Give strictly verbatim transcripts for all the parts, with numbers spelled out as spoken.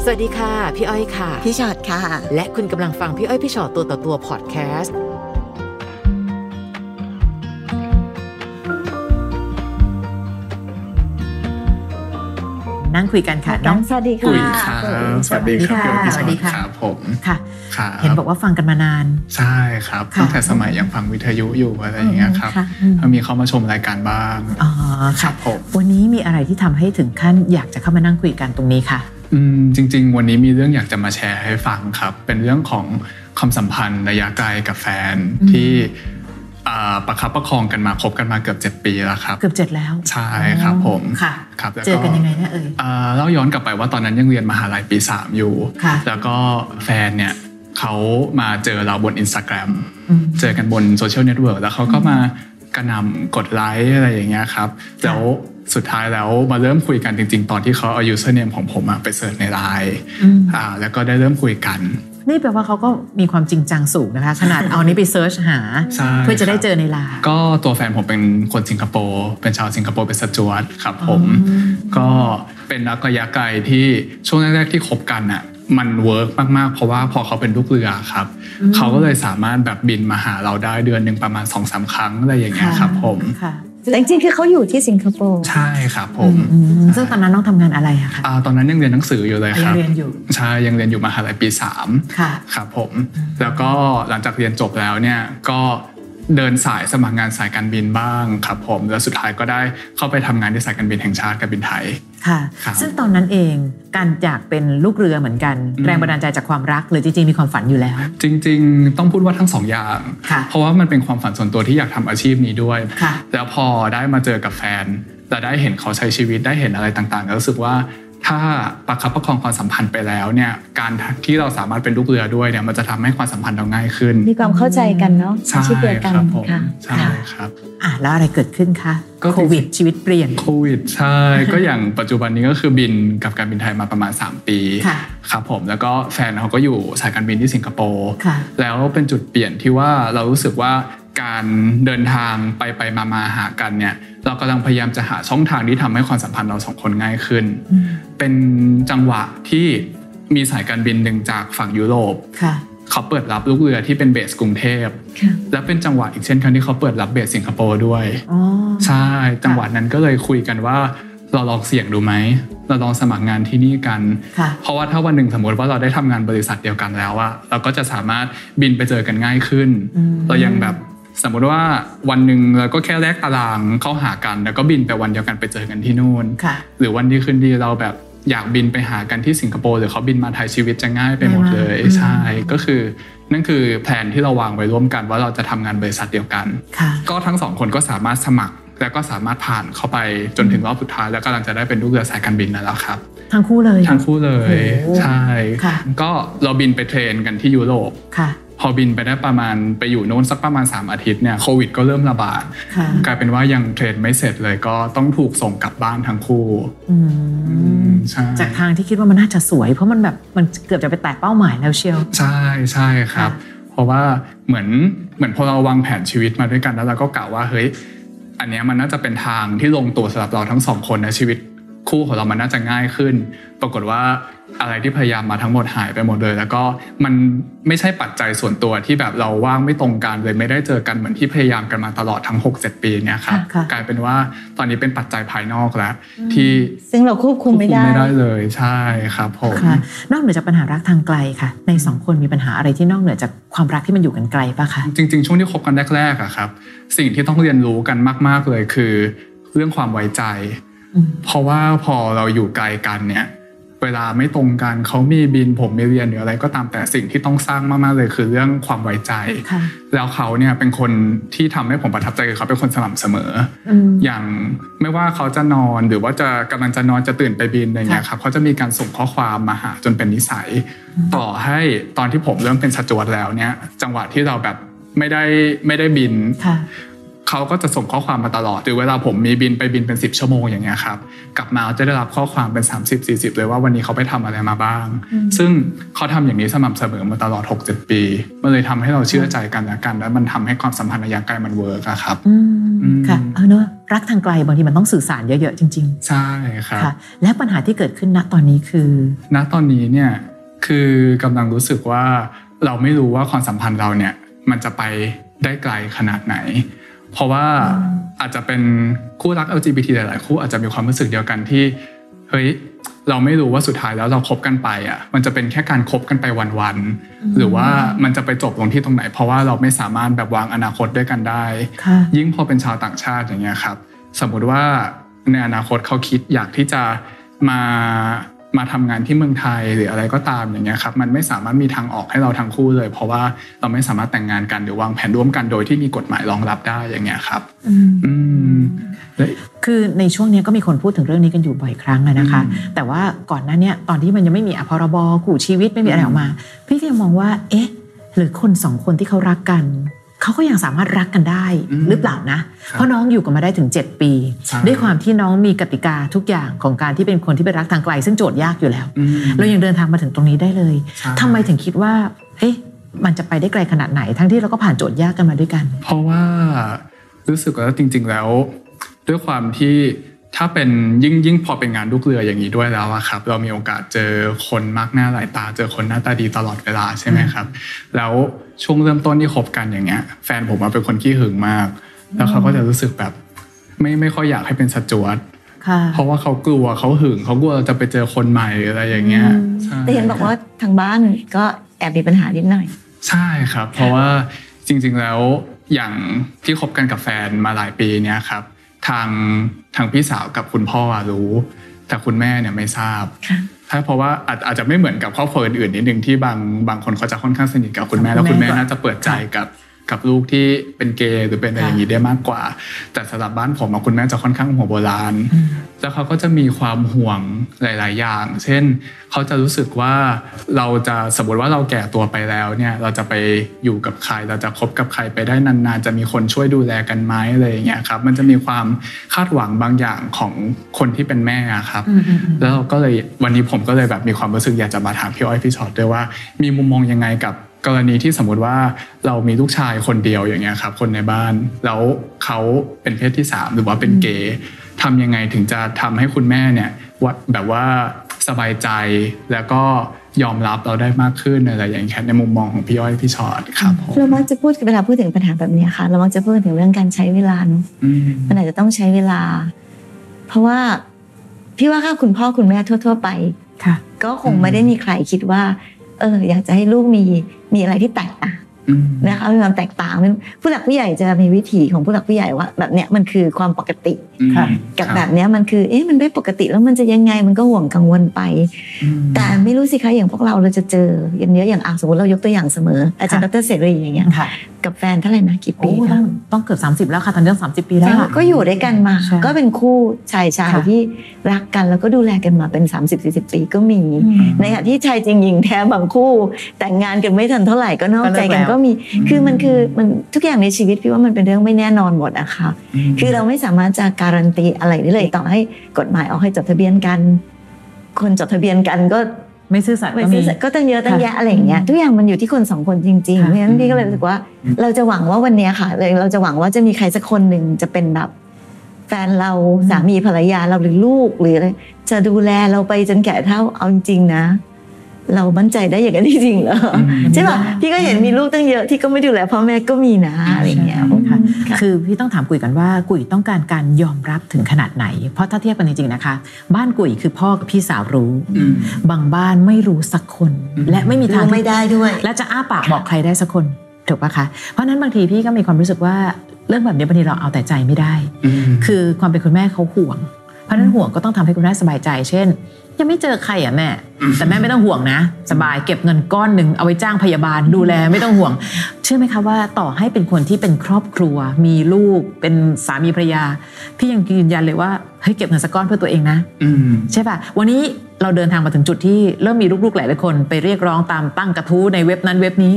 สวัสดีค่ะพี่อ้อยค่ะพี่ชอตค่ะและคุณกำลังฟังพี่อ้อยพี่ชอตตัวต่อตัวพอดแคสต์นั่งคุยกันค่ะน้องสวัสดีค่ะสวัสดีค่ะสวัสดีค่ะครับผมค่ะเห็นบอกว่าฟังกันมานานใช่ครับตั้งแต่สมัยยังฟังวิทยุอยู่อะไรอย่างเงี้ยครับมีเข้ามาชมรายการบ้างอ๋อครับผมวันนี้มีอะไรที่ทำให้ถึงขั้นอยากจะเข้ามานั่งคุยกันตรงนี้ค่ะอืมจริงๆวันนี้มีเรื่องอยากจะมาแชร์ให้ฟังครับเป็นเรื่องของความสัมพันธ์ระยะไกลกับแฟนที่ประคับประคองกันมาคบกันมาเกือบเจ็ดปีแล้วครับเกือบเจ็ดแล้วใช่ครับผมค่ะครับเจอกันยังไงนะเอ่ยเล่าย้อนกลับไปว่าตอนนั้นยังเรียนมหาลัยปีสามอยู่แล้วก็แฟนเนี่ยเขามาเจอเราบน Instagram เจอกันบนโซเชียลเน็ตเวิร์กแล้วเขาก็มากระหน่ำกดไลค์อะไรอย่างเงี้ยครับแล้วสุดท้ายแล้วมาเริ่มคุยกันจริงๆตอนที่เขาเอา username ของผมไปเสิร์ชใน ไลน์ อ่าแล้วก็ได้เริ่มคุยกันนี่แปลว่าเขาก็มีความจริงจังสูงนะคะขนาดเอานี้ไปเซิร์ชหาเพื่อจะได้เจอใน ไลน์ก็ตัวแฟนผมเป็นคนสิงคโปร์เป็นชาวสิงคโปร์เป็นสจ๊วตครับผมก็เป็นนักระยะไกลที่ช่วงแรกๆที่คบกันน่ะมันเวิร์กมากๆเพราะว่าพอเขาเป็นลูกเรือครับเขาก็เลยสามารถแบบบินมาหาเราได้เดือนนึงประมาณ สองสาม ครั้งอะไรอย่างเงี้ยครับผมแต่จริงๆคือเขาอยู่ที่สิงคโปร์ใช่ครับผมซึ่งตอนนั้นน้องทำงานอะไรอะคะอ่าตอนนั้นยังเรียนหนังสืออยู่เลยครับยังเรียนอยู่ใช่ยังเรียนอยู่มหาลัยปีสามค่ะครับผมแล้วก็หลังจากเรียนจบแล้วเนี่ยก็เดินสายสมัครงานสายการบินบ้างครับผมแล้วสุดท้ายก็ได้เข้าไปทำงานที่สายการบินแห่งชาติการบินไทยค่ะซึ่งตอนนั้นเองการอยากเป็นลูกเรือเหมือนกันแรงบันดาลใจจากความรักหรือจริงๆมีความฝันอยู่แล้วจริงๆต้องพูดว่าทั้งสองอย่างเพราะว่ามันเป็นความฝันส่วนตัวที่อยากทำอาชีพนี้ด้วยแล้วพอได้มาเจอกับแฟนและได้เห็นเขาใช้ชีวิตได้เห็นอะไรต่างๆก็รู้สึกว่าถ้าประคับประคองความสัมพันธ์ไปแล้วเนี่ยการที่เราสามารถเป็นลูกเรือด้วยเนี่ยมันจะทำให้ความสัมพันธ์เราง่ายขึ้นมีความเข้าใจกันเนาะชีวิตเดียวกันค่ะใช่ครับอ่ะแล้วอะไรเกิดขึ้นคะโควิดชีวิตเปลี่ยนโควิดใช่ก็อย่างปัจจุบันนี้ก็คือบินกับการบินไทยมาประมาณสามปีครับผมแล้วก็แฟนเขาก็อยู่สายการบินที่สิงคโปร์แล้วเป็นจุดเปลี่ยนที่ว่าเรารู้สึกว่าการเดินทางไปไปมามาหากันเนี่ยเรากำลังพยายามจะหาช่องทางที่ทำให้ความสัมพันธ์เราสองคนง่ายขึ้นเป็นจังหวะที่มีสายการบินหนึ่งจากฝั่งยุโรปเขาเปิดรับลูกเรือที่เป็นเบสกรุงเทพและเป็นจังหวะอีกเช่นกันที่เขาเปิดรับเบสสิงคโปร์ด้วยใช่จังหวะนั้นก็เลยคุยกันว่าเราลองเสี่ยงดูไหมเราลองสมัครงานที่นี่กันเพราะว่าถ้าวันหนึ่งสมมติว่าเราได้ทำงานบริษัทเดียวกันแล้วอะเราก็จะสามารถบินไปเจอกันง่ายขึ้นเรายังแบบสมมติว่าวันหนึ่งเราก็แค่แลกตารางเข้าหากันแล้วก็บินไปวันเดียวกันไปเจอกันที่นู่นหรือวันที่คืนดีเราแบบอยากบินไปหากันที่สิงคโปร์หรือเขาบินมาไทยชีวิตจะง่ายไปหมดเลยใช่ก็คือนั่นคือแผนที่เราวางไว้ร่วมกันว่าเราจะทำงานบริษัทเดียวกันก็ทั้งสองคนก็สามารถสมัครแล้วก็สามารถผ่านเข้าไปจนถึงรอบสุดท้ายแล้วกำลังจะได้เป็นลูกเรือสายการบินนั่นแล้วครับทั้งคู่เลยทั้งคู่เลยใช่ก็เราบินไปเทรนกันที่ยุโรปพอบินไปได้ประมาณไปอยู่โน่นสักประมาณสามอาทิตย์เนี่ยโควิดก็เริ่มระบาดกลายเป็นว่ายังเทรนไม่เสร็จเลยก็ต้องถูกส่งกลับบ้านทั้งคู่จากทางที่คิดว่ามันน่าจะสวยเพราะมันแบบมันเกือบจะไปแตะเป้าหมายแล้วเชียวใช่ใช่ครับเพราะว่าเหมือนเหมือนพอเราวางแผนชีวิตมาด้วยกันแล้วเราก็กล่าวว่าเฮ้ยอันนี้มันน่าจะเป็นทางที่ลงตัวสำหรับเราทั้งสองคนนะชีวิตคู่ของเรามันน่าจะง่ายขึ้นปรากฏว่าอะไรที่พยายามมาทั้งหมดหายไปหมดเลยแล้วก็มันไม่ใช่ปัจจัยส่วนตัวที่แบบเราว่างไม่ตรงกันเลยไม่ได้เจอกันเหมือนที่พยายามกันมาตลอดทั้ง หกเจ็ด ปีเนี่ยครับกลายเป็นว่าตอนนี้เป็นปัจจัยภายนอกแล้วที่ซึ่งเราควบคุมไม่ได้ไม่ได้เลยใช่ครับผมนอกเหนือจากปัญหารักทางไกลค่ะในสองคนมีปัญหาอะไรที่นอกเหนือจากความรักที่มันอยู่กันไกลป่ะคะจริงๆช่วงที่คบกันแรกๆอะครับสิ่งที่ต้องเรียนรู้กันมากๆเลยคือเรื่องความไว้ใจเพราะว่าพอเราอยู่ไกลกันเนี่ยเวลาไม่ตรงกันเขามีบินผมมีเรียนหรืออะไรก็ตามแต่สิ่งที่ต้องสร้างมากๆเลยคือเรื่องความไว้ใจแล้วเขาเนี่ยเป็นคนที่ทำให้ผมประทับใจคือเขาเป็นคนสม่ำเสมออย่างไม่ว่าเขาจะนอนหรือว่าจะกำลังจะนอนจะตื่นไปบินอะไรเงี้ยครับเขาจะมีการส่งข้อความมาหาจนเป็นนิสัยต่อให้ตอนที่ผมเริ่มเป็นสจ๊วตแล้วเนี่ยจังหวะที่เราแบบไม่ได้ไม่ได้บินเขาก็จะส่งข้อความมาตลอดหรือเวลาผมมีบินไปบินเป็นสิบชั่วโมงอย่างเงี้ยครับกลับมาจะได้รับข้อความเป็นสามสิบ สี่สิบเลยว่าวันนี้เขาไปทำอะไรมาบ้างซึ่งเขาทำอย่างนี้สม่ำเสมอมาตลอด หกเจ็ด ปีมันเลยทำให้เราเชื่อใจกันและกันแล้วมันทำให้ความสัมพันธ์ระยะไกลมันเวิร์กอะครับค่ะเอาเนอะรักทางไกลบางทีมันต้องสื่อสารเยอะๆจริงๆใช่ครับและปัญหาที่เกิดขึ้นณตอนนี้คือณตอนนี้เนี่ยคือกำลังรู้สึกว่าเราไม่รู้ว่าความสัมพันธ์เราเนี่ยมันจะไปได้ไกลขนาดไหนเพราะว่าอาจจะเป็นคู่รัก แอล จี บี ที หลายๆคู่อาจจะมีความรู้สึกเดียวกันที่เฮ้ยเราไม่รู้ว่าสุดท้ายแล้วเราคบกันไปอ่ะมันจะเป็นแค่การคบกันไปวันๆหรือว่ามันจะไปจบลงที่ตรงไหนเพราะว่าเราไม่สามารถแบบวางอนาคตด้วยกันได้ยิ่งพอเป็นชาวต่างชาติอย่างเงี้ยครับสมมุติว่าในอนาคตเขาคิดอยากที่จะมามาทำงานที่เมืองไทยหรืออะไรก็ตามอย่างเงี้ยครับมันไม่สามารถมีทางออกให้เราทั้งคู่เลยเพราะว่าเราไม่สามารถแต่งงานกันหรือวางแผนร่วมกันโดยที่มีกฎหมายรองรับได้อย่างเงี้ยครับอืมคือในช่วงนี้ก็มีคนพูดถึงเรื่องนี้กันอยู่บ่อยครั้งนะคะแต่ว่าก่อนหน้านี้ตอนที่มันยังไม่มีพรบคู่ชีวิตไม่มีอะไรออกมาพี่ก็ยังมองว่าเอ๊ะหรือคนสองคนที่เขารักกันเขาก็ยังสามารถรักกันได้หรือเปล่านะเพราะน้องอยู่กันมาได้ถึงเจ็ดปีด้วยความที่น้องมีกติกาทุกอย่างของการที่เป็นคนที่ไปรักทางไกลซึ่งโจทย์ยากอยู่แล้วเรายังเดินทางมาถึงตรงนี้ได้เลยทำไมถึงคิดว่าเอ๊ะมันจะไปได้ไกลขนาดไหนทั้งที่เราก็ผ่านโจทย์ยากกันมาด้วยกันเพราะว่ารู้สึกว่าจริงๆแล้วด้วยความที่ถ้าเป็นยิ่งยิ่งพอเป็นงานลูกเรืออย่างนี้ด้วยแล้วอะครับเรามีโอกาสเจอคนมากหน้าหลายตาเจอคนหน้าตาดีตลอดเวลาใช่ไหมครับแล้วช่วงเริ่มต้นที่คบกันอย่างเงี้ยแฟนผมเป็นคนขี้หึงมากแล้วเขาก็จะรู้สึกแบบไม่ไม่ค่อยอยากให้เป็นสจ๊วตเพราะว่าเขากลัวเขาหึงเขากลัวจะไปเจอคนใหม่อะไรอย่างเงี้ยแต่เห็นบอกว่าทางบ้านก็แอบมีปัญหานิดหน่อยใช่ครับเพราะว่าจริงๆแล้วอย่างที่คบกันกับแฟนมาหลายปีเนี้ยครับทางทางพี่สาวกับคุณพ่อรู้แต่คุณแม่เนี่ยไม่ทราบถ้าเพราะว่าอาจอาจจะไม่เหมือนกับครอบครัวอื่นๆนิดนึงที่บางบางคนเขาจะค่อนข้างสนิทกับคุณแม่แล้วคุณแม่น่าจะเปิดใจกับกับลูกที่เป็นเกย์หรือเป็นอะไรอย่างนี้ได้มากกว่าแต่สำหรับบ้านผมคุณแม่จะค่อนข้างหัวโบราณแล้วเขาก็จะมีความห่วงหลายๆอย่างเช่นเขาจะรู้สึกว่าเราจะสมมติว่าเราแก่ตัวไปแล้วเนี่ยเราจะไปอยู่กับใครเราจะคบกับใครไปได้นานๆจะมีคนช่วยดูแลกันไหมอะไรอย่างเงี้ยครับมันจะมีความคาดหวังบางอย่างของคนที่เป็นแม่ครับแล้วเราก็เลยวันนี้ผมก็เลยแบบมีความรู้สึกอยากจะมาถามพี่อ้อยพี่ชอตด้วยว่ามีมุมมองยังไงกับกรณีที่สมมติว่าเรามีลูกชายคนเดียวอย่างเงี้ยครับคนในบ้านแล้วเขาเป็นเพศที่สามหรือว่าเป็นเกย์ทำยังไงถึงจะทำให้คุณแม่เนี่ยวัดแบบว่าสบายใจแล้วก็ยอมรับเราได้มากขึ้นอะไรอย่างเงี้ยในมุมมองของพี่อ้อยพี่ชอตครับเรามักจะพูดเวลาพูดถึงปัญหาแบบนี้ค่ะเรามักจะพูดถึงเรื่องการใช้เวลาเนาะมันอาจจะต้องใช้เวลาเพราะว่าพี่ว่าถ้าคุณพ่อคุณแม่ทั่วๆไปก็คงไม่ได้มีใครคิดว่าเอออยากจะให้ลูกมีมีอะไรที่แตกต่างนะคะมีความแตกต่างผู้หลักผู้ใหญ่จะมีวิถีของผู้หลักผู้ใหญ่ว่าแบบเนี้ยมันคือความปกติกับแบบเนี้ยมันคือเอ๊ะมันไม่ปกติแล้วมันจะยังไงมันก็ห่วงกังวลไปแต่ไม่รู้สิคะอย่างพวกเราเราจะเจออย่างเนี้ยอย่างอ่ะสมมติเรายกตัวอย่างเสมออาจารย์ดร.เสรีอย่างเงี้ยกับแฟนเท่าไหร่นะกี่ปีต้องต้องเกือบสามสิบแล้วค่ะตอนนี้สามสิบปีแล้วก็อยู่ด้วยกันมาก็เป็นคู่ชายชายที่รักกันแล้วก็ดูแลกันมาเป็นสามสิบสี่สิบปีก็มีในขณะที่ชายจริงหญิงแท้บางคู่แต่งงานกันไม่ทันเท่าไหร่ก็นอกใจกันก็มีคือมันคือมันทุกอย่างในชีวิตพี่ว่ามันเป็นเรื่องไม่แน่นอนหมดอะค่ะคือเราไม่สามารถจะการันตีอะไรได้เลยต่อให้กฎหมายเอาให้จดทะเบียนกันคนจดทะเบียนกันก็ไม่ซื่อสัตย์ก็มีก็ตั้งเยอะตั้งแยะอะไรอย่างเงี้ยทุกอย่างมันอยู่ที่คนสองคนจริงๆเพราะฉะนั้นพี่ก็เลยรู้สึกว่าเราจะหวังว่าวันนี้ค่ะเราจะหวังว่าจะมีใครสักคนหนึ่งจะเป็นแบบแฟนเราสามีภรรยาเราหรือลูกหรืออะไรจะดูแลเราไปจนแก่เฒ่าเอาจริงๆนะเรามั่นใจได้อย่างนั้นจริงๆเหรอใช่ป่ะพี่ก็เห็นมีลูกตั้งเยอะที่ก็ไม่ดูแลพ่อแม่ก็มีนะอะไรอย่างเงี้ยคือพี่ต้องถามกุ๋ยกันว่ากุ๋ยต้องการการยอมรับถึงขนาดไหนเพราะถ้าเทียบกันจริงๆนะคะบ้านกุ๋ยคือพ่อกับพี่สาวรู้บางบ้านไม่รู้สักคนและไม่มีทางไม่ได้ด้วยและจะอ้าปากบอกใครได้สักคนถูกปะคะเพราะนั้นบางทีพี่ก็มีความรู้สึกว่าเรื่องแบบนี้บางทีเราเอาแต่ใจไม่ได้คือความเป็นคุณแม่เขาห่วงเพราะนั้นห่วงก็ต้องทำให้คุณแม่สบายใจเช่นยังไม่เจอใครอ่ะแม่แต่แม่ไม่ต้องห่วงนะสบายเก็บเงินก้อนหนึ่งเอาไว้จ้างพยาบาลดูแลไม่ต้องห่วงเชื่อไหมคะว่าต่อให้เป็นคนที่เป็นครอบครัวมีลูกเป็นสามีภรรยาพี่ยังยืนยันเลยว่าเฮ้ยเก็บเงินสักก้อนเพื่อตัวเองนะใช่ป่ะวันนี้เราเดินทางมาถึงจุดที่เริ่มมีลูกๆหลายๆคนไปเรียกร้องตามตั้งกระทู้ในเว็บนั้นเว็บนี้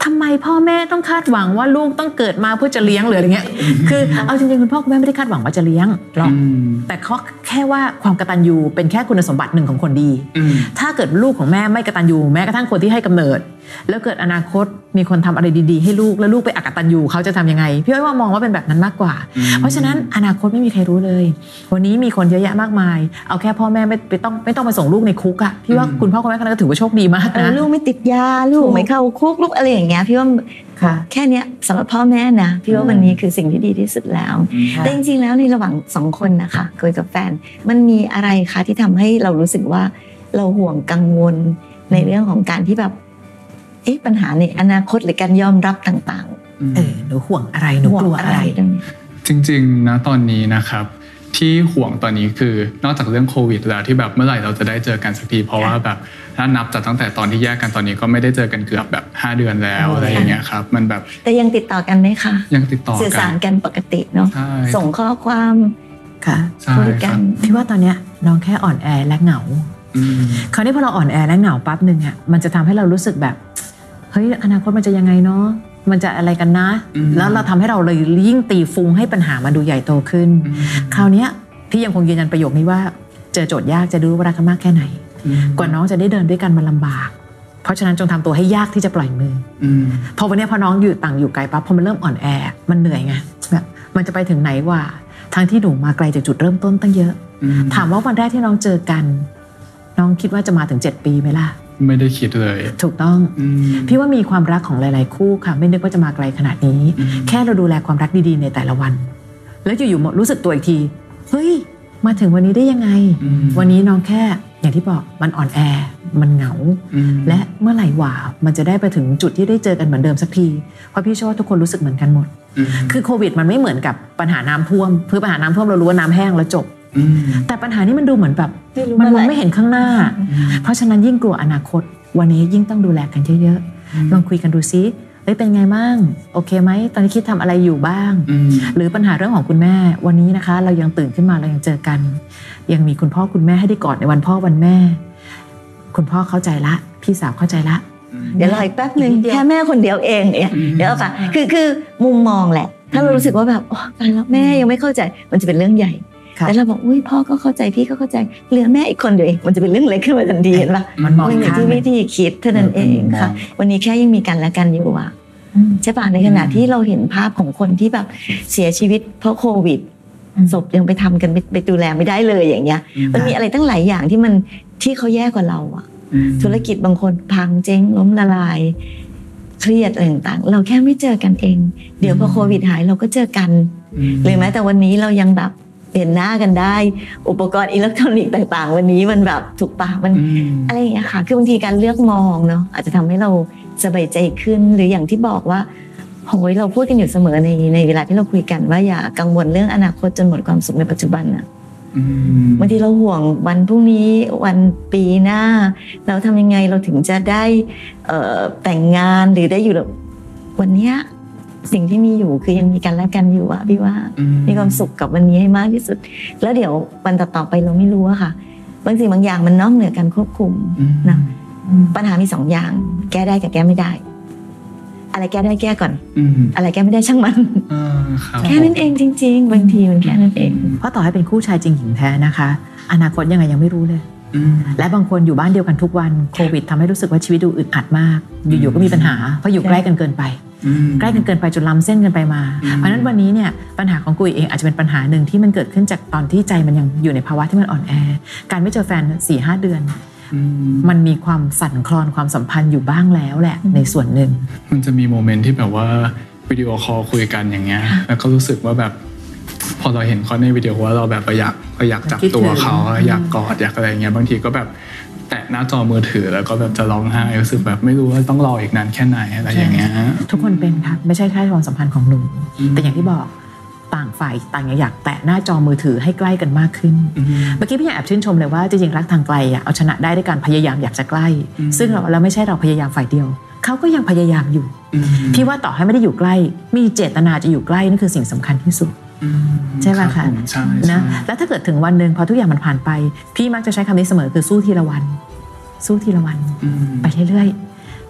ทำไมพ่อแม่ต้องคาดหวังว่าลูกต้องเกิดมาเพื่อจะเลี้ยงหรืออะไรเงี้ยคือเอาจริงๆคุณพ่อคุณแม่ไม่ได้คาดหวังว่าจะเลี้ยงหรอกแต่เขาแค่ว่าความกตัญญูเป็นแค่คุณสมบัติหนึ่งของคนดีถ้าเกิดลูกของแม่ไม่กตัญญูแม้กระทั่งคนที่ให้กำเนิดแล้วเกิดอนาคตมีคนทำอะไรดีๆให้ลูกแล้วลูกไปอกตัญญูเขาจะทำยังไงพี่อ้อยว่ามองว่าเป็นแบบนั้นมากกว่าเพราะฉะนั้นอนาคตไม่มีใครรู้เลยวันนี้มีคนเยอะแยะมากมายเอาแค่พ่อแม่ไม่ไปต้องไม่ต้องไปส่งลูกในคุกอะพี่ว่าคุณพ่อคุณแม่ก็ถือว่าโชคดีมากนะลูกไม่ติดยาลูกไม่เข้าคุกลูกอะไรอย่างเงี้ยพี่ว่าแค่นี้สำหรับพ่อแม่นะพี่ว่าวันนี้คือสิ่งที่ดีที่สุดแล้วแต่จริงๆแล้วในระหว่างสองคนนะคะคุยกับแฟนมันมีอะไรคะที่ทำให้เรารู้สึกว่าเราห่วงกังวลในเรื่องของการที่แบบเอ๊ะปัญหาในอนาคตหรือการยอมรับต่างๆเออหนูห่วงอะไรหนูกลัวอะไรจริงๆนะตอนนี้นะครับที่ห่วงตอนนี้คือนอกจากเรื่องโควิดแล้วที่แบบเมื่อไหร่เราจะได้เจอกันสักทีเพราะว่าแบบถ้านับจากตั้งแต่ตอนที่แยกกันตอนนี้ก็ไม่ได้เจอกันเกือบแบบห้าเดือนแล้วอะไรอย่างเงี้ยครับมันแบบแต่ยังติดต่อกันไหมคะยังติดต่อกันสื่อสารกันปกติเนาะส่งข้อความค่ะคุยกันพี่ว่าตอนเนี้ยน้องแค่อ่อนแอและเหงาคราวนี้พอเราอ่อนแอและเหงาปั๊บนึงอ่ะมันจะทำให้เรารู้สึกแบบเฮ้ยอนาคตมันจะยังไงเนาะมันจะอะไรกันนะแล้วเราทำให้เราเลยยิ่งตีฟุ้งให้ปัญหามันดูใหญ่โตขึ้นคราวนี้พี่ยังคงยืนยันประโยคนี้ว่าเจอโจทย์ยากจะรู้ว่ารักกันมากแค่ไหนกว่าน้องจะได้เดินด้วยกันมันลำบากเพราะฉะนั้นจงทำตัวให้ยากที่จะปล่อยมือพอวันนี้พอน้องอยู่ต่างอยู่ไกลปั๊บพอมันเริ่มอ่อนแอมันเหนื่อยไงแบบมันจะไปถึงไหนวะทั้งที่หนูมาไกลจากจุดเริ่มต้นตั้งเยอะถามว่าวันแรกที่น้องเจอกันน้องคิดว่าจะมาถึงเจ็ดปีไหมล่ะไม่ได้คิดเลยถูกต้องพี่ว่ามีความรักของหลายๆคู่ค่ะไม่นึกว่าจะมาไกลขนาดนี้แค่เราดูแลความรักดีๆในแต่ละวันแล้วอยู่ๆรู้สึกตัวอีกทีเฮ้ยมาถึงวันนี้ได้ยังไงวันนี้น้องแค่อย่างที่บอกมันอ่อนแอมันเหงาและเมื่อไหร่หว่ามันจะได้ไปถึงจุดที่ได้เจอกันเหมือนเดิมสักทีเพราะพี่เชื่อว่าทุกคนรู้สึกเหมือนกันหมดคือโควิดมันไม่เหมือนกับปัญหาน้ำท่วมเพื่อปัญหาน้ำท่วมเรารู้ว่าน้ำแห้งแล้วจบแต่ปัญหานี้มันดูเหมือนแบบมันมองไม่เห็นข้างหน้าเพราะฉะนั้นยิ่งกลัวอนาคตวันนี้ยิ่งต้องดูแลกันเยอะๆลองคุยกันดูซิเฮ้ยเป็นไงบ้างโอเคไหมตอนนี้คิดทำอะไรอยู่บ้างหรือปัญหาเรื่องของคุณแม่วันนี้นะคะเรายังตื่นขึ้นมาเรายังเจอกันยังมีคุณพ่อคุณแม่ให้ได้กอดในวันพ่อวันแม่คุณพ่อเข้าใจละพี่สาวเข้าใจละเดี๋ยวรออีกแป๊บนึงแค่แม่คนเดียวเองเนี่ยเดี๋ยวค่ะคือคือมุมมองแหละถ้าเรารู้สึกว่าแบบโอ้ตายแล้วแม่ยังไม่เข้าใจมันจะเป็นเรื่องใหญ่แล้วเราบอกอุ้ยพ่อก็เข้าใจพี่ก็เข้าใจเหลือแม่อีกคนเดียวเองมันจะเป็นเรื่องเล็กขึ้นมาทันทีเห็นป่ะมันมองอยู่ที่วิธีคิดเท่านั้นเองค่ะวันนี้แค่ยังมีกันและกันอยู่อ่ะใช่ป่ะในขณะที่เราเห็นภาพของคนที่แบบเสียชีวิตเพราะโควิดศพยังไปทำกันไปดูแลไม่ได้เลยอย่างเงี้ยมันมีอะไรตั้งหลายอย่างที่มันที่เขาแย่กว่าเราอ่ะธุรกิจบางคนพังเจ๊งล้มละลายเครียดอะไรต่างๆเราแค่ไม่เจอกันเองเดี๋ยวพอโควิดหายเราก็เจอกันหรือแม้แต่วันนี้เรายังแบบเห็นหน้ากันได้อุปกรณ์อิเล็กทรอนิกส์ต่างๆวันนี้มันแบบถูกปะมันอะไรอย่างเงี้ยค่ะคือบางทีการเลือกมองเนาะอาจจะทำให้เราสบายใจขึ้นหรืออย่างที่บอกว่าโหยเราพูดกันอยู่เสมอในในเวลาที่เราคุยกันว่าอย่ากังวลเรื่องอนาคตจนหมดความสุขในปัจจุบันอะบางทีเราห่วงวันพรุ่งนี้วันปีหน้าเราทำยังไงเราถึงจะได้แต่งงานหรือได้อยู่วันนี้สิ่งที่มีอยู่คือยังมีกันและกันอยู่อะพี่ว่ามีความสุขกับวันนี้ให้มากที่สุดแล้วเดี๋ยววันต่อๆไปเราไม่รู้อะค่ะบางสิ่งบางอย่างมันนอกเหนือการควบคุมนะปัญหามีสองอย่างแก้ได้กับแก้ไม่ได้อะไรแก้ได้แก้ก่อนอะไรแก้ไม่ได้ช่างมันแค่นั้นเองจริงๆบางทีมันแค่นั้นเองเพราะต่อให้เป็นคู่ชายจริงหญิงแท้นะคะอนาคตยังไงยังไม่รู้เลยและบางคนอยู่บ้านเดียวกันทุกวันโควิดทำให้รู้สึกว่าชีวิตดูอึดอัดมากอยู่ๆก็มีปัญหาเพราะอยู่ใกล้กันเกินไปใกล้กันเกินไปจนล้ำเส้นกันไปมาเพราะฉะนั้นวันนี้เนี่ยปัญหาของกุยเองอาจจะเป็นปัญหาหนึ่งที่มันเกิดขึ้นจากตอนที่ใจมันยังอยู่ในภาวะที่มันอ่อนแอการไม่เจอแฟน สี่ห้า เดือนมันมีความสั่นคลอนความสัมพันธ์อยู่บ้างแล้วแหละในส่วนหนึ่งมันจะมีโมเมนต์ที่แบบว่าวิดีโอคอลคุยกันอย่างเงี้ยแล้วก็รู้สึกว่าแบบพอเราเห็นเขาในวิดีโอว่าเราแบบอยากอยากจับตัวเขาอยากกอดอยากอะไรเงี้ยบางทีก็แบบแตะหน้าจอมือถือแล้วก็แบบจะร้องไห้รู้สึกแบบไม่รู้ว่าต้องรออีกนานแค่ไหนอะไรอย่างเงี้ยทุกคนเป็นค่ะไม่ใช่แค่ความสัมพันธ์ของหนูแต่อย่างที่บอกต่างฝ่ายต่างอยากแตะหน้าจอมือถือให้ใกล้กันมากขึ้นเมื่อกี้พี่อยากแอบชื่นชมเลยว่าจริงๆรักทางไกลอ่ะเอาชนะได้ด้วยการพยายามอยากจะใกล้ซึ่งเราเราไม่ใช่เราพยายามฝ่ายเดียวเขาก็ยังพยายามอยู่พี่ว่าต่อให้ไม่ได้อยู่ใกล้มีเจตนาจะอยู่ใกล้นั่นคือสิ่งสำคัญที่สุดใช่ไหมคะนะแล้วถ้าเกิดถึงวันหนึ่งพอทุกอย่างมันผ่านไปพี่มักจะใช้คำนี้เสมอคือสู้ทีละวันสู้ทีละวันไปเรื่อยๆ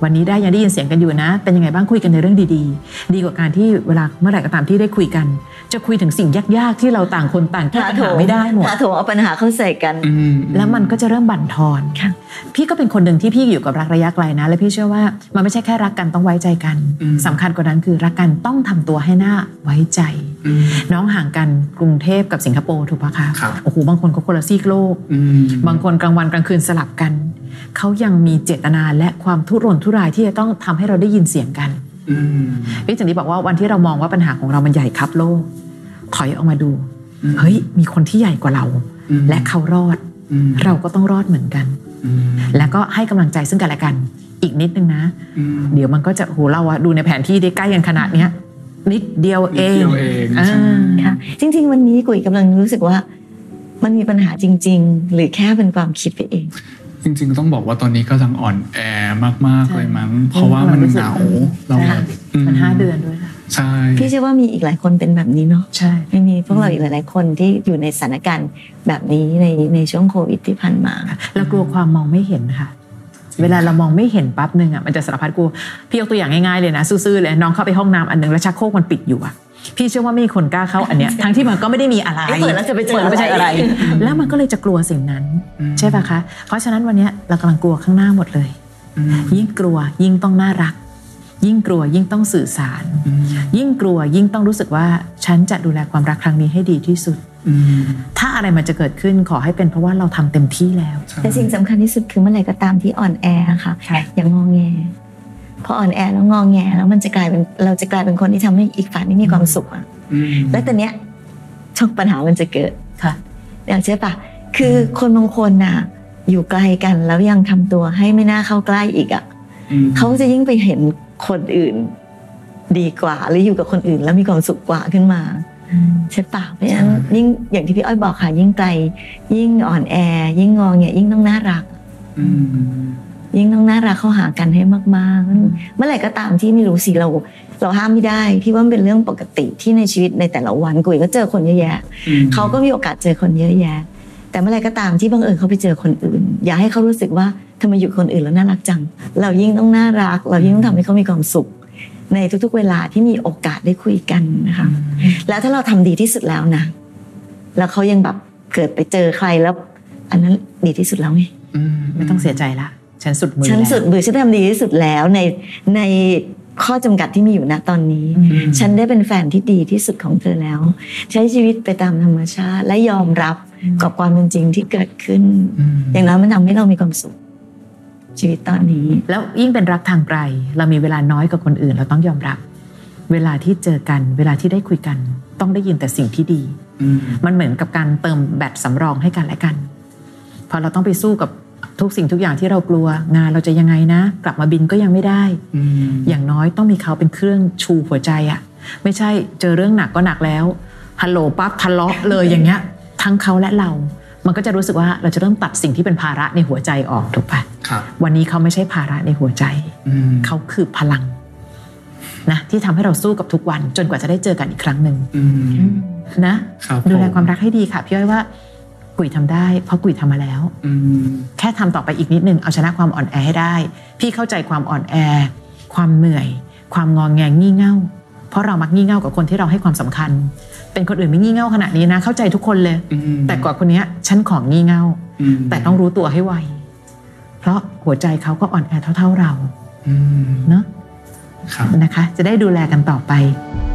วันนี้ได้ยังได้ยินเสียงกันอยู่นะเป็นยังไงบ้างคุยกันในเรื่องดีๆดีกว่าการที่เวลาเมื่อไหร่ก็ตามที่ได้คุยกันจะคุยถึงสิ่งยากๆที่เราต่างคนต่างแก้ปัญหาไม่ได้หมดถาโถเอาปัญหาเข้าใส่กันแล้วมันก็จะเริ่มบั่นทอนพี่ก็เป็นคนหนึ่งที่พี่อยู่กับรักระยะไกลนะและพี่เชื่อว่ามันไม่ใช่แค่รักกันต้องไว้ใจกันสำคัญกว่านั้นคือรักกันต้องทำตัวให้น่าไว้ใจน้องห่างกันกรุงเทพกับสิงคโปร์ถูกปะคะโอ้โหบางคนก็คนละซีกโลกบางคนกลางวันกลางคืนสลับกันเขายังมีเจตนาและความทุรนทุรายที่จะต้องทำให้เราได้ยินเสียงกันพี่ถึงได้บอกว่าวันที่เรามองว่าปัญหาของเรามันใหญ่ครับโลกถอยออกมาดูเฮ้ยมีคนที่ใหญ่กว่าเราและเขารอดเราก็ต้องรอดเหมือนกันแล้วก็ให้กำลังใจซึ่งกันและกันอีกนิดนึงนะเดี๋ยวมันก็จะโหเราอะดูในแผนที่ได้ใกล้กันขนาดเนี้ยนิดเดียวเองค่ะจริงๆวันนี้กุ๋ยกำลังรู้สึกว่ามันมีปัญหาจริงๆหรือแค่เป็นความคิดไปเองจริงๆต้องบอกว่าตอนนี้กำลังอ่อนแอมากๆเลยมั้งเพราะว่ามันเหงาเรามันห้าเดือนด้วยค่ะใช่พี่เชื่อว่ามีอีกหลายคนเป็นแบบนี้เนาะใช่ไม่มีพวกเราอีกหลายๆคนที่อยู่ในสถานการณ์แบบนี้ในในช่วงโควิดที่ผ่านมาเรากลัวความมองไม่เห็นค่ะเวลาเรามองไม่เห็นปั๊บนึงอ่ะมันจะสารพัดกลัวพี่ยกตัวอย่างง่ายๆเลยนะซื่อๆเลยน้องเข้าไปห้องน้ำอันนึงแล้วชักโครกมันปิดอยู่อ่ะพี่เชื่อว่าไม่มีคนกล้าเข้าอันเนี้ยทั้งที่มันก็ไม่ได้มีอะไรเปิดแล้วจะไปเจออะไรแล้วมันก็เลยจะกลัวสิ่งนั้นใช่ป่ะคะเพราะฉะนั้นวันนี้เรากำลังกลัวข้างหน้าหมดเลยยิ่งกลัวยิ่งต้องน่ารักยิ่งกลัวยิ่งต้องสื่อสารยิ่งกลัวยิ่งต้องรู้สึกว่าฉันจะดูแลความรักครั้งนี้ให้ดีที่สุดถ้าอะไรมันจะเกิดขึ้นขอให้เป็นเพราะว่าเราทำเต็มที่แล้วแต่สิ่งสำคัญที่สุดคือเมื่อไหร่ก็ตามที่อ่อนแอค่ะอย่างงอแงพออ่อนแอแล้วงอแงแล้วมันจะกลายเป็นเราจะกลายเป็นคนที่ทำให้อีกฝ่ายไม่มีความสุขอ่ะแล้วตอนเนี้ยช่องปัญหามันจะเกิดค่ะอย่างเช่นปะคือคนบางคนน่ะอยู่ไกลกันแล้วยังทำตัวให้ไม่น่าเข้าใกล้อีกอ่ะเขาจะยิ่งไปเห็นคนอื่นดีกว่าหรืออยู่กับคนอื่นแล้วมีความสุขกว่าขึ้นมาใช่ปะเพราะฉะนั้นยิ่งอย่างที่พี่อ้อยบอกค่ะยิ่งไกลยิ่งอ่อนแอยิ่งงอแงยิ่งต้องน่ารักยิ่งต้องน่ารักเข้าหากันให้มากๆเมื่อไหร่ก็ตามที่ไม่รู้สิเราเราห้ามไม่ได้พี่ว่ามันเป็นเรื่องปกติที่ในชีวิตในแต่ละวันกุ๋ยก็เจอคนเยอะแยะเขาก็มีโอกาสเจอคนเยอะแยะแต่เมื่อไหร่ก็ตามที่บังเอิญเขาไปเจอคนอื่นอย่าให้เขารู้สึกว่าทำไมอยู่คนอื่นแล้วน่ารักจังเรายิ่งต้องน่ารักเรายิ่งต้องทำให้เขามีความสุขในทุกๆเวลาที่มีโอกาสได้คุยกันนะคะแล้วถ้าเราทำดีที่สุดแล้วนะแล้วเขายังแบบเกิดไปเจอใครแล้วอันนั้นดีที่สุดแล้วไงไม่ต้องเสียใจละฉันสุดมือฉันสุดมือฉันทำดีที่สุดแล้วในในข้อจำกัดที่มีอยู่ณตอนนี้ฉันได้เป็นแฟนที่ดีที่สุดของเธอแล้วใช้ชีวิตไปตามธรรมชาติและยอมรับกับความเป็นจริงที่เกิดขึ้นอย่างนั้นมันทำให้เรามีความสุขชีวิตตอนนี้แล้วยิ่งเป็นรักทางไกลเรามีเวลาน้อยกว่าคนอื่นเราต้องยอมรับเวลาที่เจอกันเวลาที่ได้คุยกันต้องได้ยินแต่สิ่งที่ดีมันเหมือนกับการเติมแบตสำรองให้กันและกันพอเราต้องไปสู้กับทุกสิ่งทุกอย่างที่เรากลัวงานเราจะยังไงนะกลับมาบินก็ยังไม่ได้อย่างน้อยต้องมีเขาเป็นเครื่องชูหัวใจอะไม่ใช่เจอเรื่องหนักก็หนักแล้วฮัลโหลปั๊บทะเลาะเลยอย่างเงี้ยทั้งเขาและเรามันก็จะรู้สึกว่าเราจะเริ่มตัดสิ่งที่เป็นภาระในหัวใจออกถูกปะวันนี้เขาไม่ใช่ภาระในหัวใจเขาคือพลังนะที่ทำให้เราสู้กับทุกวันจนกว่าจะได้เจอกันอีกครั้งหนึ่งนะดูแลความรักให้ดีค่ะพี่อ้อยว่ากุ๋ยทำได้เพราะกุ๋ยทำมาแล้วแค่ทำต่อไปอีกนิดนึงเอาชนะความอ่อนแอให้ได้พี่เข้าใจความอ่อนแอความเหนื่อยความงอแงงี่เง่าเพราะเรามักงี่เง่ากับคนที่เราให้ความสำคัญเป็นคนอื่นไม่งี่เง่าขนาดนี้นะเข้าใจทุกคนเลยแต่กว่าคนนี้ฉันของงี่เง่าแต่ต้องรู้ตัวให้ไวเพราะหัวใจเขาก็อ่อนแอเท่าๆเราเนาะนะคะจะได้ดูแลกันต่อไป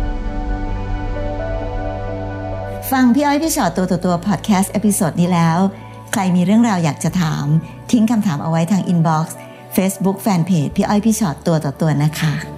ฟังพี่อ้อยพี่ชอตตัวต่อตัวพอดแคสต์เอพิโซดนี้แล้วใครมีเรื่องราวอยากจะถามทิ้งคำถามเอาไว้ทางอินบ็อกซ์ Facebook Fanpage พี่อ้อยพี่ชอตตัวต่อตัวนะคะ